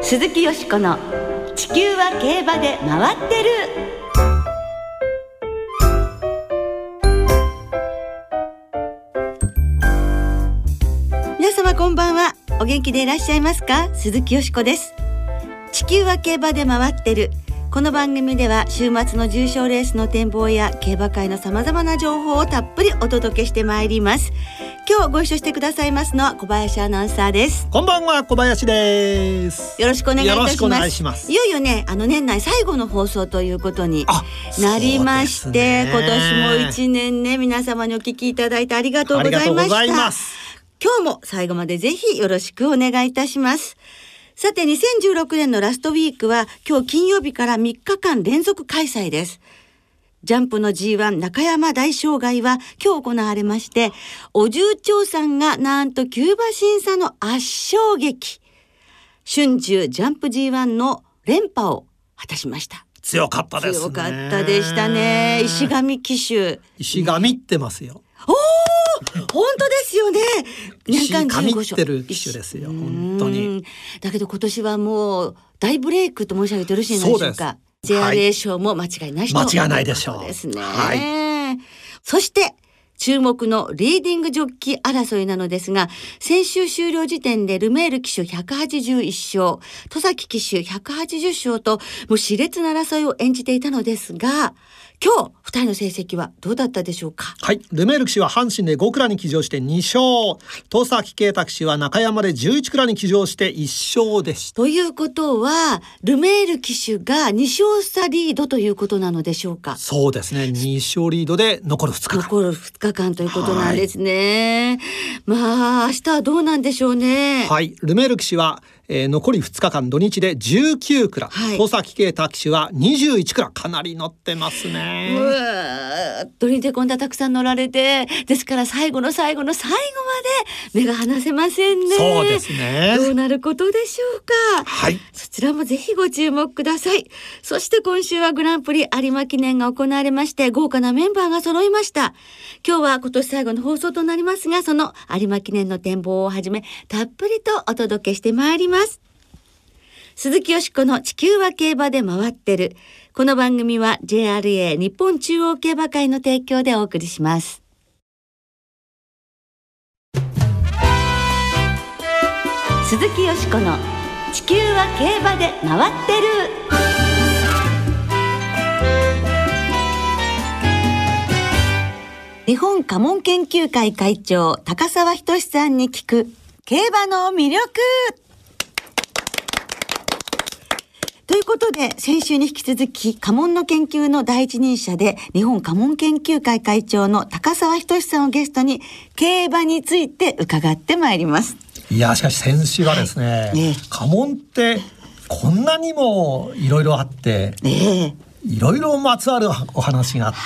鈴木よしこの地球は競馬で回ってる。皆様こんばんは。お元気でいらっしゃいますか？鈴木よしこです。地球は競馬で回ってる。この番組では週末の重賞レースの展望や競馬界のさまざまな情報をたっぷりお届けしてまいります。今日ご一緒してくださいますのは小林アナウンサーです。 こんばんは、小林です。 よろしくお願いいたします。 よろしくお願いします。 いよいよね、年内最後の放送ということになりまして、今年も1年ね、皆様にお聞きいただいてありがとうございました。ありがとうございます。今日も最後までぜひよろしくお願いいたします。さて、2016年のラストウィークは今日金曜日から3日間連続開催です。ジャンプの G1 中山大賞外は今日行われまして、お重長さんがなんとキューバ審査の圧勝劇、春秋ジャンプ G1 の連覇を果たしました。 強かったですね。 強かったでしたね。石上騎手。 石上ってますよ。 おー、本当ですよね。 石上ってる騎手ですよ、本当に。 だけど今年はもう大ブレイクと申し上げてよろしいのでしょうか。JRA 賞も間違いなしと、 間違いないでしょう。 ですね。はい。そして注目のリーディングジョッキー争いなのですが、先週終了時点でルメール騎手181勝、戸崎騎手180勝と、もう熾烈な争いを演じていたのですが、今日2人の成績はどうだったでしょうか？ はい、ルメール騎手は阪神で5クラに騎乗して2勝、戸崎圭太騎手は中山で11クラに騎乗して1勝でした。 ということはルメール騎手が2勝差リードということなのでしょうか？ そうですね、2勝リードで残る2日間。 残る2日間ということなんですね。まあ明日はどうなんでしょうね。 はい、ルメール騎手は残り2日間土日で19クラ、戸崎圭太騎手は21クラ、かなり乗ってますね。 土日でこんなたくさん乗られて、ですから最後の最後の最後まで目が離せませんね。 そうですね。 どうなることでしょうか。 はい、 そちらもぜひご注目ください。そして今週はグランプリ有馬記念が行われまして、豪華なメンバーが揃いました。今日は今年最後の放送となりますが、その有馬記念の展望をはじめたっぷりとお届けしてまいります。鈴木よしこの地球は競馬で回ってる。この番組は JRA 日本中央競馬会の提供でお送りします。鈴木よしこの地球は競馬で回ってる。日本家紋研究会会長高沢仁さんに聞く競馬の魅力ということで、先週に引き続き家紋の研究の第一人者で日本家紋研究会会長の高沢仁さんをゲストに競馬について伺ってまいります。 いや、しかし先週はですね、家紋ってこんなにもいろいろあって、いろいろまつわるお話があって、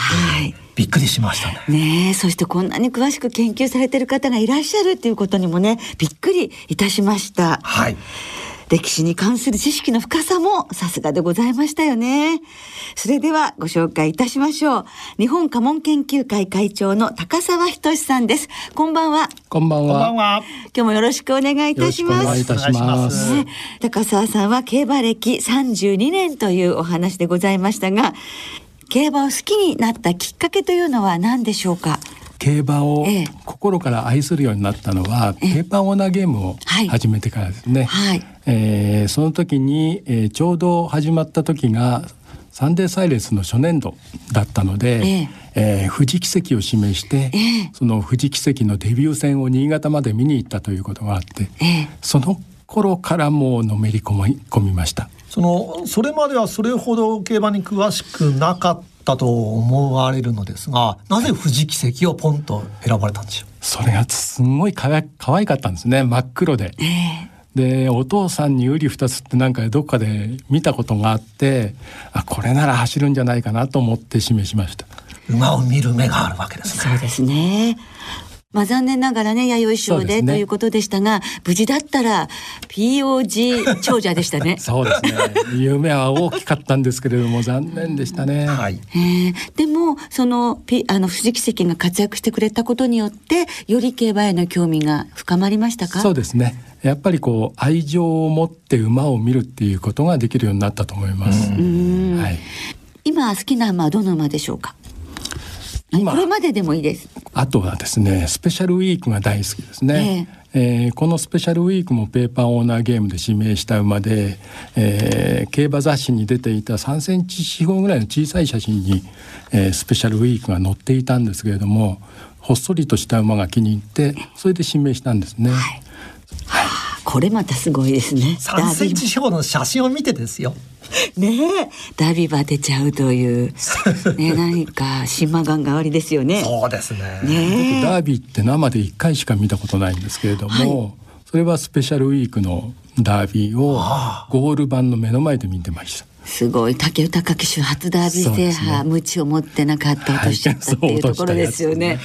びっくりしましたね。 そしてこんなに詳しく研究されている方がいらっしゃるということにもね、びっくりいたしました。 はい。 歴史に関する知識の深さもさすがでございましたよね。それではご紹介いたしましょう。日本家紋研究会会長の高沢仁さんです。こんばんは。 こんばんは。 今日もよろしくお願いいたします。 よろしくお願いいたします。 高沢さんは競馬歴32年というお話でございましたが、競馬を好きになったきっかけというのは何でしょうか？ 競馬を心から愛するようになったのは、ペーパーオーナーゲームを始めてからですね。その時に、ちょうど始まった時がサンデーサイレンスの初年度だったので、富士奇跡を指名して、その富士奇跡のデビュー戦を新潟まで見に行ったということがあって、その頃からもうのめり込みました。 それまではそれほど競馬に詳しくなかったと思われるのですが、なぜ富士奇跡をポンと選ばれたんでしょう？ それがすごい可愛かったんですね。真っ黒で、でお父さんに瓜二つってなんかどっかで見たことがあって、これなら走るんじゃないかなと思って指名しました。 馬を見る目があるわけですね。 そうですね。 残念ながらね弥生賞でということでしたが、無事だったら POG 長者でしたね。 そうですね。夢は大きかったんですけれども残念でしたね。 はい。 でもその藤木関が活躍してくれたことによってより競馬への興味が深まりましたか？ そうですね。やっぱりこう愛情を持って馬を見るっていうことができるようになったと思います。はい、 今好きな馬はどの馬でしょうか？これまででもいいです。 あとはですね、スペシャルウィークが大好きですね。このスペシャルウィークもペーパーオーナーゲームで指名した馬で、競馬雑誌に出ていた3センチ四方ぐらいの小さい写真に、スペシャルウィークが載っていたんですけれども、ほっそりとした馬が気に入ってそれで指名したんですね。 これまたすごいですね。 3センチ四方の写真を見てですよ。 ねえ、ダービー馬出ちゃうというね、何か島感がありですよね。 そうですね。 僕ダービーって生で1回しか見たことないんですけれども、それはスペシャルウィークのダービーをゴール板の目の前で見てました。 すごい。武豊騎手初ダービー制覇、無知を持ってなかった落としちゃったっていうところですよね。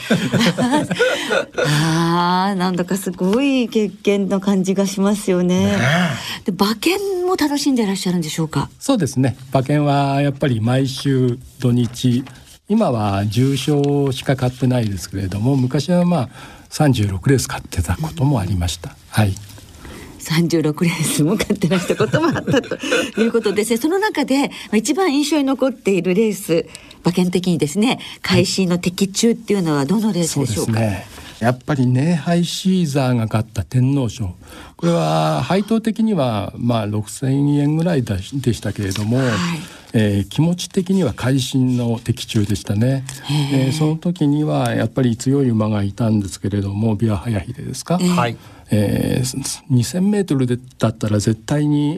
なんだかすごい経験の感じがしますよね。で馬券も楽しんでいらっしゃるんでしょうか？ そうですね。馬券はやっぱり毎週土日、今は重賞しか買ってないですけれども、昔は36レース買ってたこともありました。はい。 36レースも買ってらしたこともあったということですね。その中で一番印象に残っているレース、馬券的にですね、開始の的中っていうのはどのレースでしょうか？ そうですね。やっぱりネハイシーザーが勝った天皇賞、これは配当的には6000円ぐらいでしたけれども、気持ち的には会心の的中でしたね。その時にはやっぱり強い馬がいたんですけれども、ビアハヤヒデですか、2000メートルだったら絶対に、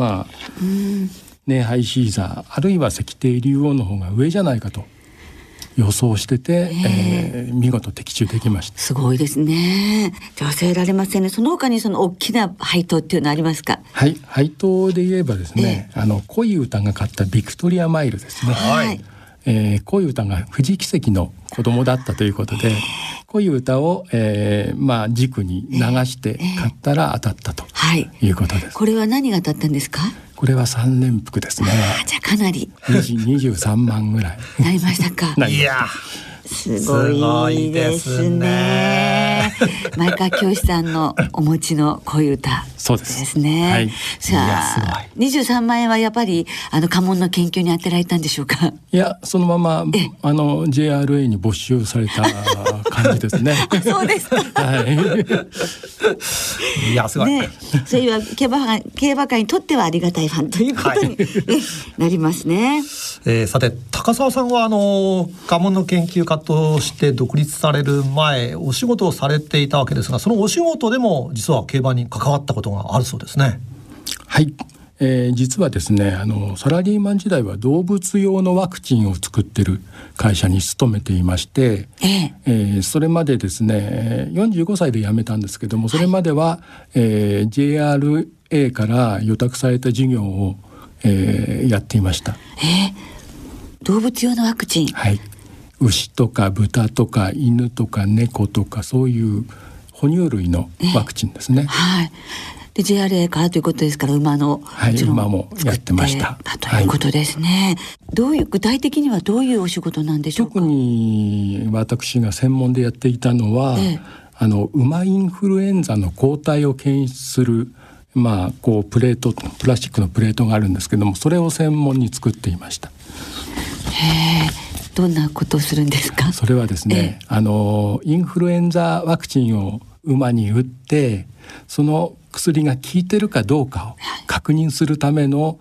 ネハイシーザーあるいは石庭竜王の方が上じゃないかと予想してて、見事的中できました。 すごいですね。忘れられませんね。その他にその大きな配当っていうのはありますか？ はい、配当で言えばですね、恋歌が勝ったビクトリアマイルですね。恋歌が藤木関の子供だったということで、恋歌を、軸に流して買ったら当たったということです。 これは何が当たったんですか？ これは3連複ですね。 じゃあかなり 23万ぐらいなりましたか？ いやすごいですね。前川清さんのお持ちの恋歌ですね。さあ23万円はやっぱり家紋の研究に当てられたんでしょうか？ いや、そのままJRA に没収された感じですね。 そうですか。 いやすごい。 そういう競馬界にとってはありがたいファンということに、なりますね。 さて高澤さんは家紋の研究家として独立される前お仕事をされていたわけですが、そのお仕事でも実は競馬に関わったことがあるそうですね。 はい、実はですねサラリーマン時代は動物用のワクチンを作ってる会社に勤めていまして、それまでですね45歳で辞めたんですけども、それまでは、JRA から予託された事業を、やっていました。 動物用のワクチン、 牛とか豚とか犬とか猫とかそういう哺乳類のワクチンですね。 で JRA からということですから馬の、 馬もやってましたということですね。具体的にはどういうお仕事なんでしょうか？ 特に私が専門でやっていたのは、馬インフルエンザの抗体を検出するプラスチックのプレートがあるんですけども、それを専門に作っていました。 どんなことをするんですか？ それはですね、インフルエンザワクチンを馬に打ってその薬が効いてるかどうかを確認するための、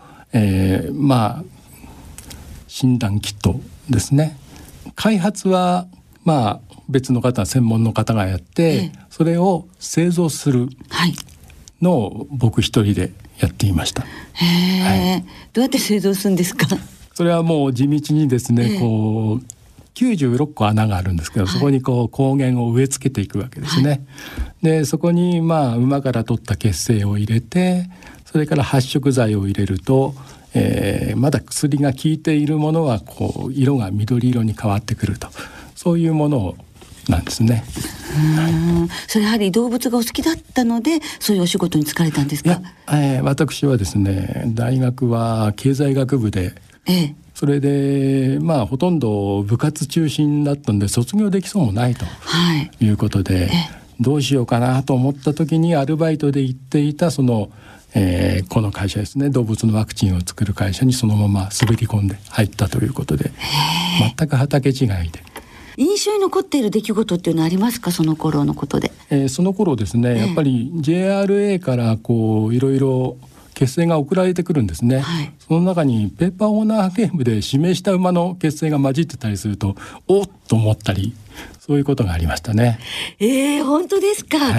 診断キットですね。開発は別の方、専門の方がやって、それを製造するのを僕一人でやっていました。 どうやって製造するんですか？ それはもう地道にですね、96個穴があるんですけど、そこに抗原を植え付けていくわけですね。でそこに馬から取った血清を入れて、それから発色剤を入れると、まだ薬が効いているものは色が緑色に変わってくると、そういうものをなんですね。 それやはり動物がお好きだったのでそういうお仕事に就かれたんですか？ 私はですね、大学は経済学部で、それでほとんど部活中心だったんで卒業できそうもないということで、どうしようかなと思った時にアルバイトで行っていたこの会社ですね、動物のワクチンを作る会社にそのまま滑り込んで入ったということで、全く畑違いで。 印象に残っている出来事っていうのはありますか、その頃のことで？ その頃ですね、やっぱり JRA からいろいろ血清が送られてくるんですね、その中にペーパーオーナーゲームで指名した馬の血清が混じってたりするとおっと思ったり、そういうことがありましたね。 本当ですか？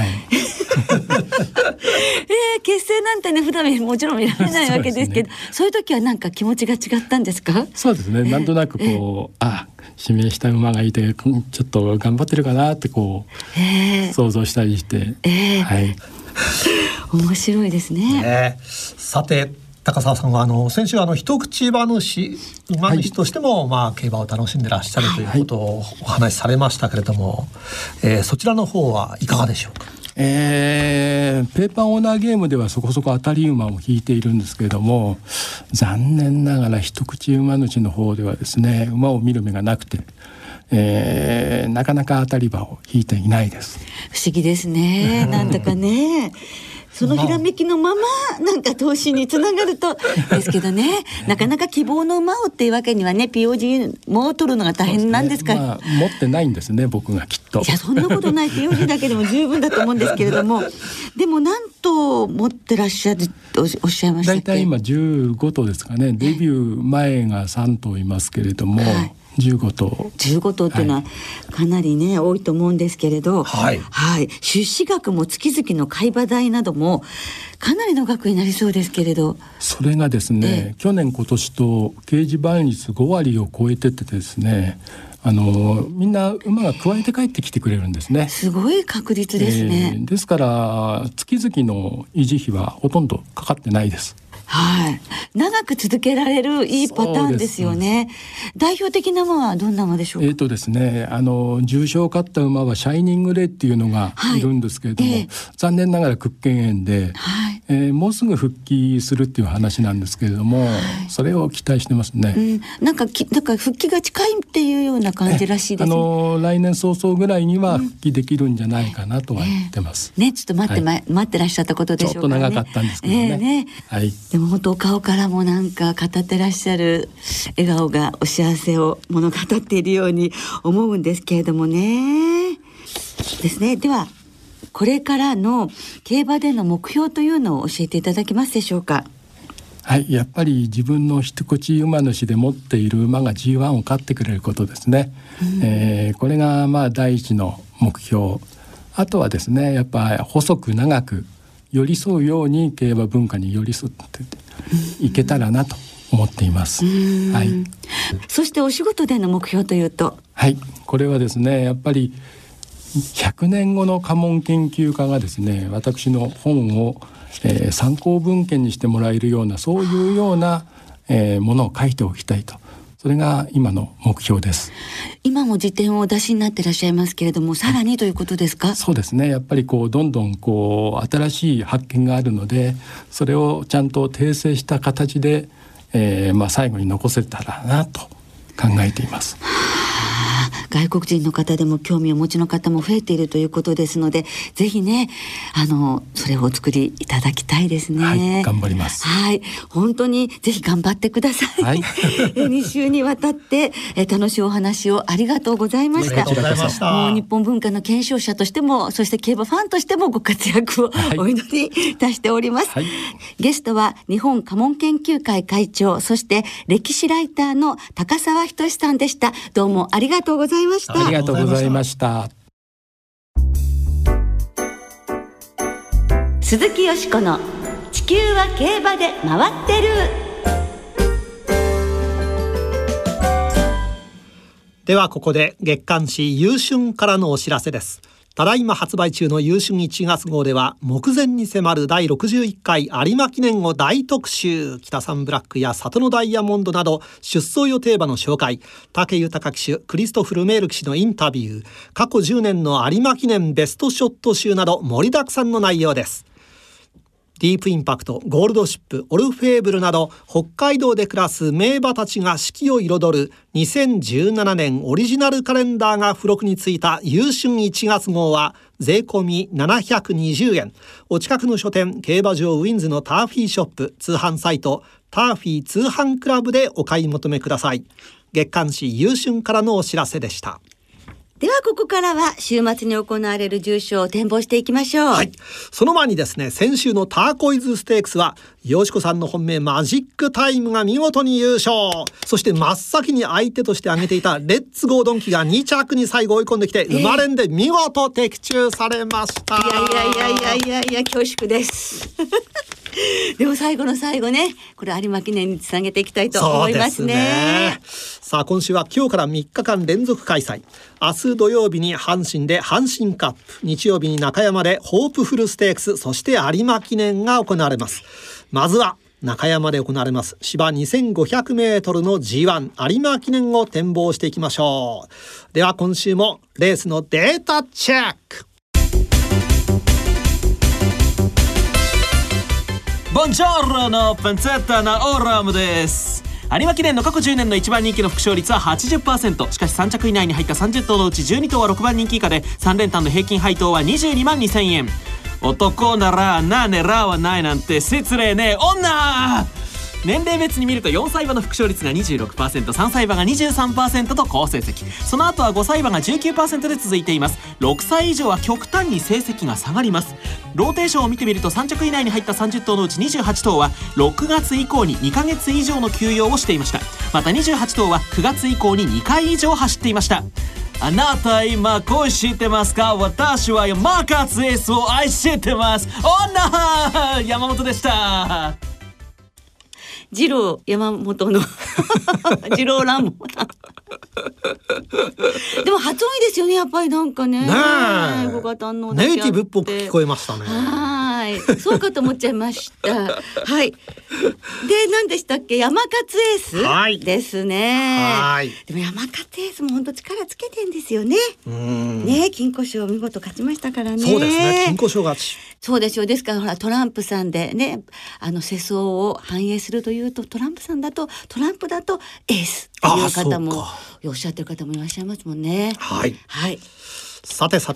血清なんてね普段もちろん見られないわけですけど、そういう時はなんか気持ちが違ったんですか？ そうですね、なんとなく指名した馬がいてちょっと頑張ってるかなって想像したりして、 面白いですね。 さて高澤さんは先週一口馬主としても、競馬を楽しんでらっしゃるということをお話しされましたけれども、そちらの方はいかがでしょうか？ ペーパーオーナーゲームではそこそこ当たり馬を引いているんですけれども、残念ながら一口馬主の方ではですね、馬を見る目がなくて、なかなか当たり馬を引いていないです。 不思議ですね。なんだかねそのひらめきのままなんか投資につながるとですけどね、なかなか希望の馬をっていうわけにはね、 POG も取るのが大変なんですから、 持ってないんですね、僕がきっと。 いやそんなことない、POG だけでも十分だと思うんですけれどもでもなんと持ってらっしゃるとおっしゃいましたっけ？ だいたい今15頭ですかね。デビュー前が3頭いますけれども、15頭っていうのはかなりね、多いと思うんですけれど、出資額も月々の買い場代などもかなりの額になりそうですけれど、 それがですね、去年今年と掲示板率5割を超えててですね、みんな馬が加えて帰ってきてくれるんですね。 すごい確率ですね。 ですから月々の維持費はほとんどかかってないです。 長く続けられるいいパターンですよね。代表的な馬はどんな馬でしょうか？ ですね、重賞を勝った馬はシャイニングレイっていうのがいるんですけれども、残念ながら屈腱炎で、もうすぐ復帰するっていう話なんですけれども、それを期待してますね。 なんか復帰が近いっていうような感じらしいですね。 来年早々ぐらいには復帰できるんじゃないかなとは言ってます。 ちょっと待ってらっしゃったことでしょうかね。 ちょっと長かったんですけどね。 でも本当お顔からもなんか語ってらっしゃる笑顔がお幸せを物語っているように思うんですけれどもね。ですね。ではこれからの競馬での目標というのを教えていただけますでしょうか？ やっぱり自分の一口馬主で持っている馬が G1 を勝ってくれることですね。これが第一の目標。あとはですね、やっぱ細く長く寄り添うように競馬文化に寄り添っていけたらなと思っています。 そしてお仕事での目標というと、 これはですね、やっぱり100年後の家紋研究家がですね、私の本を、参考文献にしてもらえるような、そういうような、ものを書いておきたいと。それが今の目標です。 今も辞典をお出しになっていらっしゃいますけれども、さらにということですか？ そうですね、やっぱりどんどん新しい発見があるので、それをちゃんと訂正した形で、最後に残せたらなと考えています。 外国人の方でも興味をお持ちの方も増えているということですので、ぜひねそれをお作りいただきたいですね。 頑張ります。 本当にぜひ頑張ってください。2週にわたって楽しいお話をありがとうございました。もう日本文化の継承者としても、そして競馬ファンとしてもご活躍をお祈りいたしております。ゲストは日本家紋研究会会長、そして歴史ライターの高澤仁さんでした。どうもありがとうございました。 ありがとうございました。 鈴木よしこの地球は競馬で回ってる。 ではここで月刊誌優春からのお知らせです。 ただいま発売中の優春1月号では目前に迫る第61回有馬記念を大特集。北サンブラックや里のダイヤモンドなど出走予定馬の紹介、武豊騎手、クリストフ・ルメール騎手のインタビュー、過去10年の有馬記念ベストショット集など盛りだくさんの内容です。ディープインパクト、ゴールドシップ、オルフェーブルなど北海道で暮らす名馬たちが四季を彩る2017年オリジナルカレンダーが付録についた優春1月号は税込み720円。お近くの書店、競馬場ウィンズのターフィーショップ、通販サイトターフィー通販クラブでお買い求めください。月刊誌優春からのお知らせでした。 ではここからは週末に行われる重賞を展望していきましょう。 はい、その前にですね、先週のターコイズステークスはよしこさんの本命マジックタイムが見事に優勝。そして真っ先に相手として挙げていたレッツゴードンキが2着に最後追い込んできて、馬連で見事的中されました。 いや恐縮ですでも最後の最後ね、これ有馬記念につなげていきたいと思いますね。 さあ今週は今日から3日間連続開催。明日土曜日に阪神で阪神カップ、日曜日に中山でホープフルステークス、そして有馬記念が行われます。まずは中山で行われます芝 2500m の G1 有馬記念を展望していきましょう。では今週もレースのデータチェック。 ボンジョーロのパンツェッタなオーラムです。有馬記念の過去10年の一番人気の副勝率は 80%。 しかし3着以内に入った30頭のうち12頭は6番人気以下で、3連単の平均配当は22万2000円。男ならな狙わないなんて失礼ね女。年齢別に見ると4歳馬の副勝率が 26%、 3歳馬が 23% と好成績。その後は5歳馬が 19% で続いています。6歳以上は極端に成績が下がります。ローテーションを見てみると3着以内に入った30頭のうち28頭は6月以降に2ヶ月以上の休養をしていました。また28頭は9月以降に2回以上走っていました。あなた今恋してますか？私はマーカツエースを愛してます。女山本でした。 次郎山本の次郎ラモでも発音いいですよね、やっぱりなんかね。語が堪能だけあってネイティブっぽく聞こえましたね。 はい、そうかと思っちゃいましたはい。で、何でしたっけ、山勝エースですね。はい。でも山勝エースも本当力つけてんですよね。ね、金庫賞見事勝ちましたからね。 そうですね、金庫賞勝ち。 そうですよ。ですからほらトランプさんでね、世相を反映するというと、トランプさんだとトランプだとエースという方もおっしゃってる方もいらっしゃいますもんね。 はい、 はい。 さて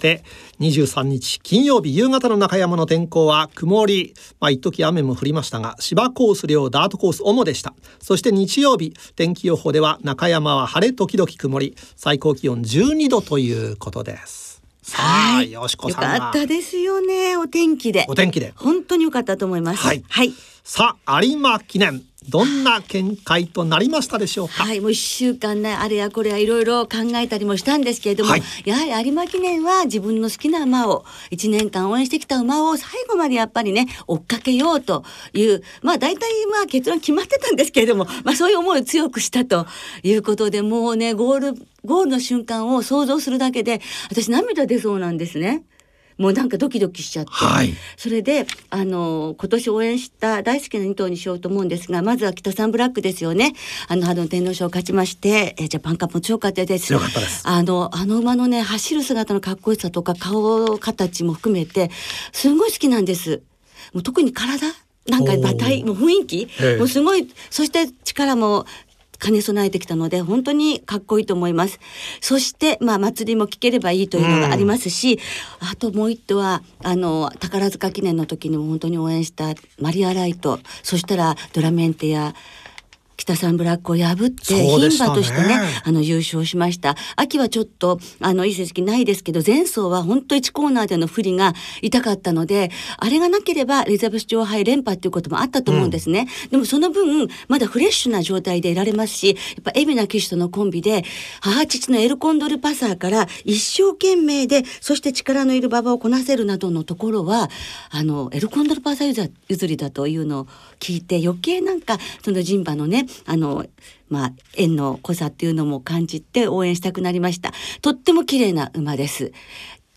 23日金曜日夕方の中山の天候は曇り、一時雨も降りましたが芝コース両ダートコース主でした。そして日曜日天気予報では中山は晴れ時々曇り、最高気温12度ということです。さあ、よしこさんはよかったですよね、お天気で本当によかったと思います。はい、はい、さあ有馬記念どんな見解となりましたでしょうか。 はい、もう1週間ね、あれやこれやいろいろ考えたりもしたんですけれども、はい、やはり有馬記念は自分の好きな馬を1年間応援してきた馬を最後までやっぱりね追っかけようという、大体結論決まってたんですけれども、そういう思いを強くしたということで、もうねゴールの瞬間を想像するだけで私涙出そうなんですね。もうなんかドキドキしちゃって、はい、それで今年応援した大好きな2頭にしようと思うんですが、まずは北サンブラックですよね。春の天皇賞を勝ちまして、ジャパンカップも強かったです。 強かったです。 あの馬のね走る姿のかっこよさとか顔形も含めてすごい好きなんです。もう特に体なんか馬体もう雰囲気もうすごい、そして力も兼ね備えてきたので本当にかっこいいと思います。そして祭りも聞ければいいというのがありますし、あともう一頭は宝塚記念の時にも本当に応援したマリアライト、そしたらドラメンテや北サンブラックを破って牝馬としてね優勝しました。秋はちょっといい成績ないですけど、前走は本当1コーナーでの不利が痛かったので、あれがなければエリザベス女王杯連覇っていうこともあったと思うんですね。でもその分まだフレッシュな状態でいられますし、やっぱ海老名騎手とのコンビで母父のエルコンドルパサーから一生懸命で、そして力のいる馬場をこなせるなどのところはエルコンドルパサー譲りだというのを聞いて、余計なんかその人馬のね縁の濃さっていうのも感じて応援したくなりました。とっても綺麗な馬です。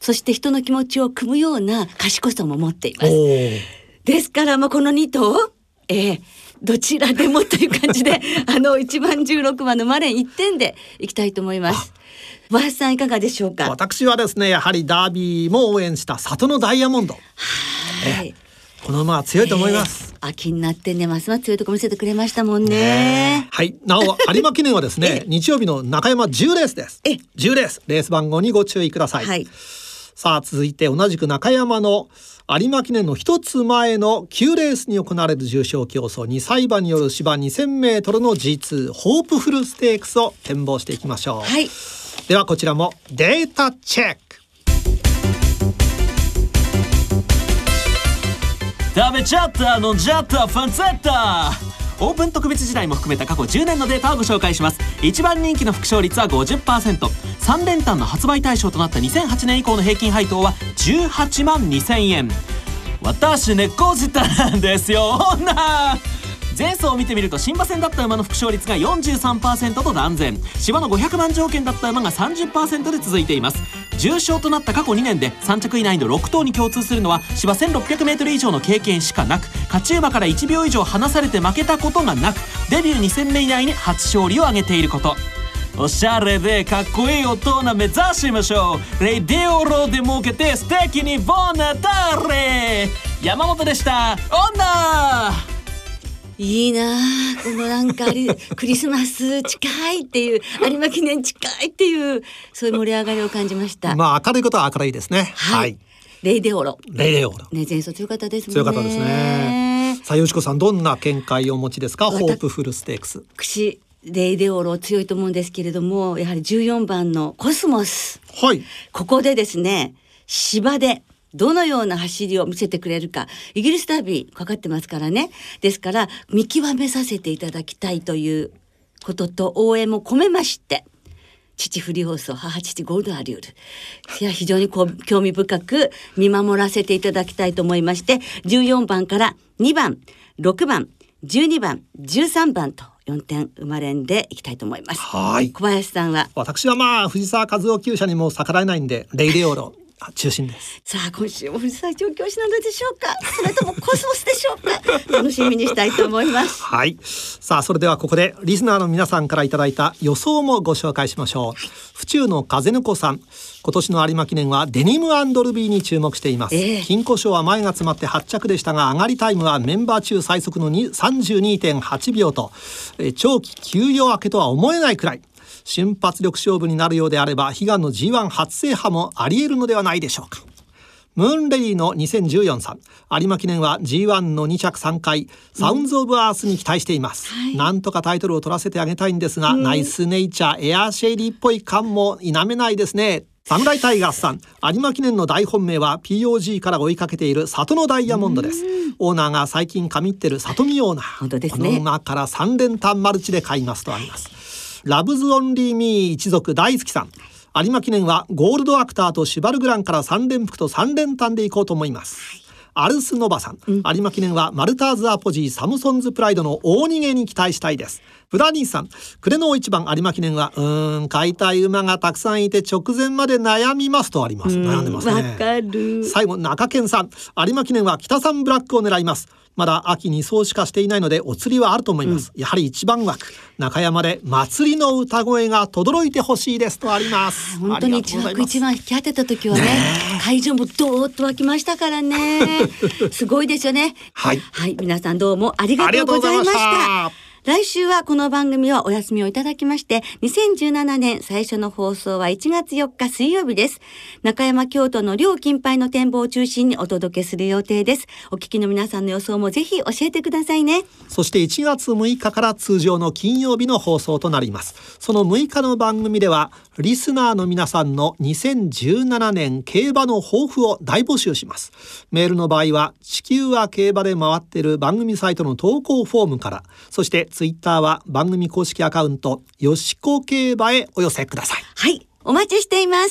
そして人の気持ちを汲むような賢さも持っています。ですからこの2頭、どちらでもという感じで1番16番のマレン1点でいきたいと思います。小林さんいかがでしょうか。 私はですね、やはりダービーも応援した里のダイヤモンド、この馬は強いと思います。 秋になってね、ますます強いとこ見せてくれましたもんね。 はい。なお有馬記念はですね日曜日の中山10レースです。10レース、レース番号にご注意ください。はい、さあ続いて同じく中山の有馬記念の一つ前の9レースに行われる重賞競争2歳馬による芝 2000m の G2 ホープフルステークスを展望していきましょう。はい、ではこちらもデータチェック。 食べちゃった飲んじゃったファンツェッタ。オープン特別時代も含めた過去10年のデータをご紹介します。一番人気の副勝率は 50%、 3連単の発売対象となった2008年以降の平均配当は18万2000円。私猫舌なんですよ女。前走を見てみると新馬戦だった馬の副勝率が 43% と断然、芝の500万条件だった馬が 30% で続いています。重賞となった過去2年で3着以内の6頭に共通するのは芝 1600m 以上の経験しかなく、勝ち馬から1秒以上離されて負けたことがなく、デビュー2戦目以内に初勝利を挙げていること。おしゃれでかっこいい大人目指しましょう。レディオロで儲けて素敵にボナタレ。山本でした。女いいな、このなんかクリスマス近いっていう有馬記念近いっていうそういう盛り上がりを感じました。 明るいことは明るいですね。はい、 レイデオロね、 前走強かったですもんね。 強かったですね。さあよしこさん、どんな見解をお持ちですか。ホープフルステークス。 レイデオロ強いと思うんですけれども、やはり14番のコスモス、 はい、 ここでですね芝でどのような走りを見せてくれるか、イギリスダービーかかってますからね。ですから見極めさせていただきたいということと応援も込めまして、父フリー放送、母父ゴールドアリュール、いや非常に興味深く見守らせていただきたいと思いまして、14番から2番6番12番13番と4点生まれんでいきたいと思います。はい、小林さんは。 私は藤沢和夫厩舎にも逆らえないんでレイデオロ中心です。 さあ今週も藤沢調教師なのでしょうか、それともコスモスでしょうか楽しみにしたいと思いますはい、さあそれではここでリスナーの皆さんからいただいた予想もご紹介しましょう。府中の風の子さん、今年の有馬記念はデニム&ルビーに注目しています。金庫賞は前が詰まって8着でしたが、上がりタイムはメンバー中最速の 32.8 秒と、長期休養明けとは思えないくらい瞬発力勝負になるようであれば、悲願の G1 初制覇もあり得るのではないでしょうか。ムーンレディの2014さん、有馬記念は G1 の2着3回サウンズオブアースに期待しています、なんとかタイトルを取らせてあげたいんですが、ナイスネイチャーエアーシェイリーっぽい感も否めないですね。サムライタイガースさん、有馬記念の大本命は POG から追いかけている里のダイヤモンドです。オーナーが最近神ってる里見オーナー、 本当ですね、 この馬から3連単マルチで買いますとあります。ラブズオンリーミー一族大好きさん、有馬記念はゴールドアクターとシュバルグランから3連複と3連単でいこうと思います。アルスノバさん、有馬記念はマルターズアポジーサムソンズプライドの大逃げに期待したいです。フラニーさん、暮れの1番有馬記念は買いたい馬がたくさんいて直前まで悩みますとあります。悩んでますね。 わかる。 最後中堅さん、有馬記念は北三ブラックを狙います。まだ秋2走しかしていないのでお釣りはあると思います、やはり一番枠中山で祭りの歌声が轟いてほしいですとあります。 本当に1枠1番引き当てた時はね、会場もドーッと沸きましたからねすごいですよね。はい、皆さんどうもありがとうございました。来週はこの番組はお休みをいただきまして、2017年最初の放送は1月4日水曜日です。中山京都の両金杯の展望を中心にお届けする予定です。お聞きの皆さんの予想もぜひ教えてくださいね。 そして1月6日から通常の金曜日の放送となります。その6日の番組ではリスナーの皆さんの2017年競馬の抱負を大募集します。メールの場合は地球は競馬で回っている番組サイトの投稿フォームから、そしてツイッターは番組公式アカウントよしこ競馬へお寄せください。 はい、お待ちしています。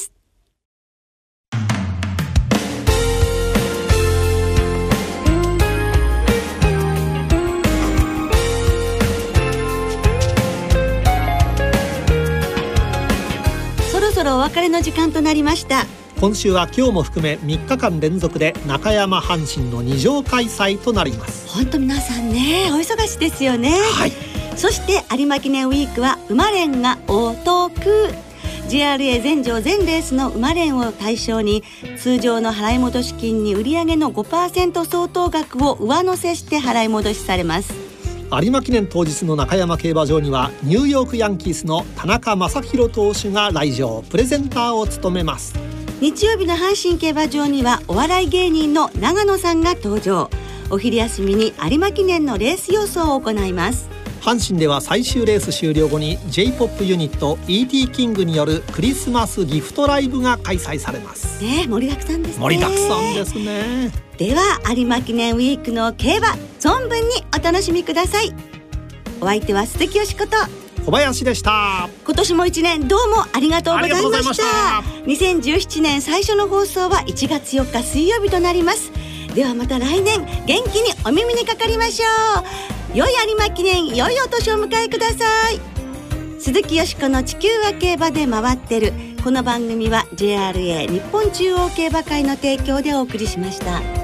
そろそろお別れの時間となりました。 今週は今日も含め3日間連続で中山阪神の2場開催となります。 本当皆さんねお忙しいですよね。はい。そして有馬記念ウィークは馬連がお得。JRA 全場全レースの馬連を対象に通常の払い戻し金に売上の 5% 相当額を上乗せして払い戻しされます。 有馬記念当日の中山競馬場にはニューヨークヤンキースの田中将大投手が来場、プレゼンターを務めます。 日曜日の阪神競馬場にはお笑い芸人の長野さんが登場。お昼休みに有馬記念のレース予想を行います。 阪神では最終レース終了後に J-POP ユニット E.T. キングによるクリスマスギフトライブが開催されます。 ね、盛りだくさんですね。 盛りだくさんですね。 では有馬記念ウィークの競馬存分にお楽しみください。お相手は鈴木よしこと小林でした。 今年も1年どうもありがとうございました。2017年最初の放送は1月4日水曜日となります。ではまた来年元気にお耳にかかりましょう。良い有馬記念、良いお年を迎えください。鈴木よしこの地球は競馬で回ってる。この番組は JRA 日本中央競馬会の提供でお送りしました。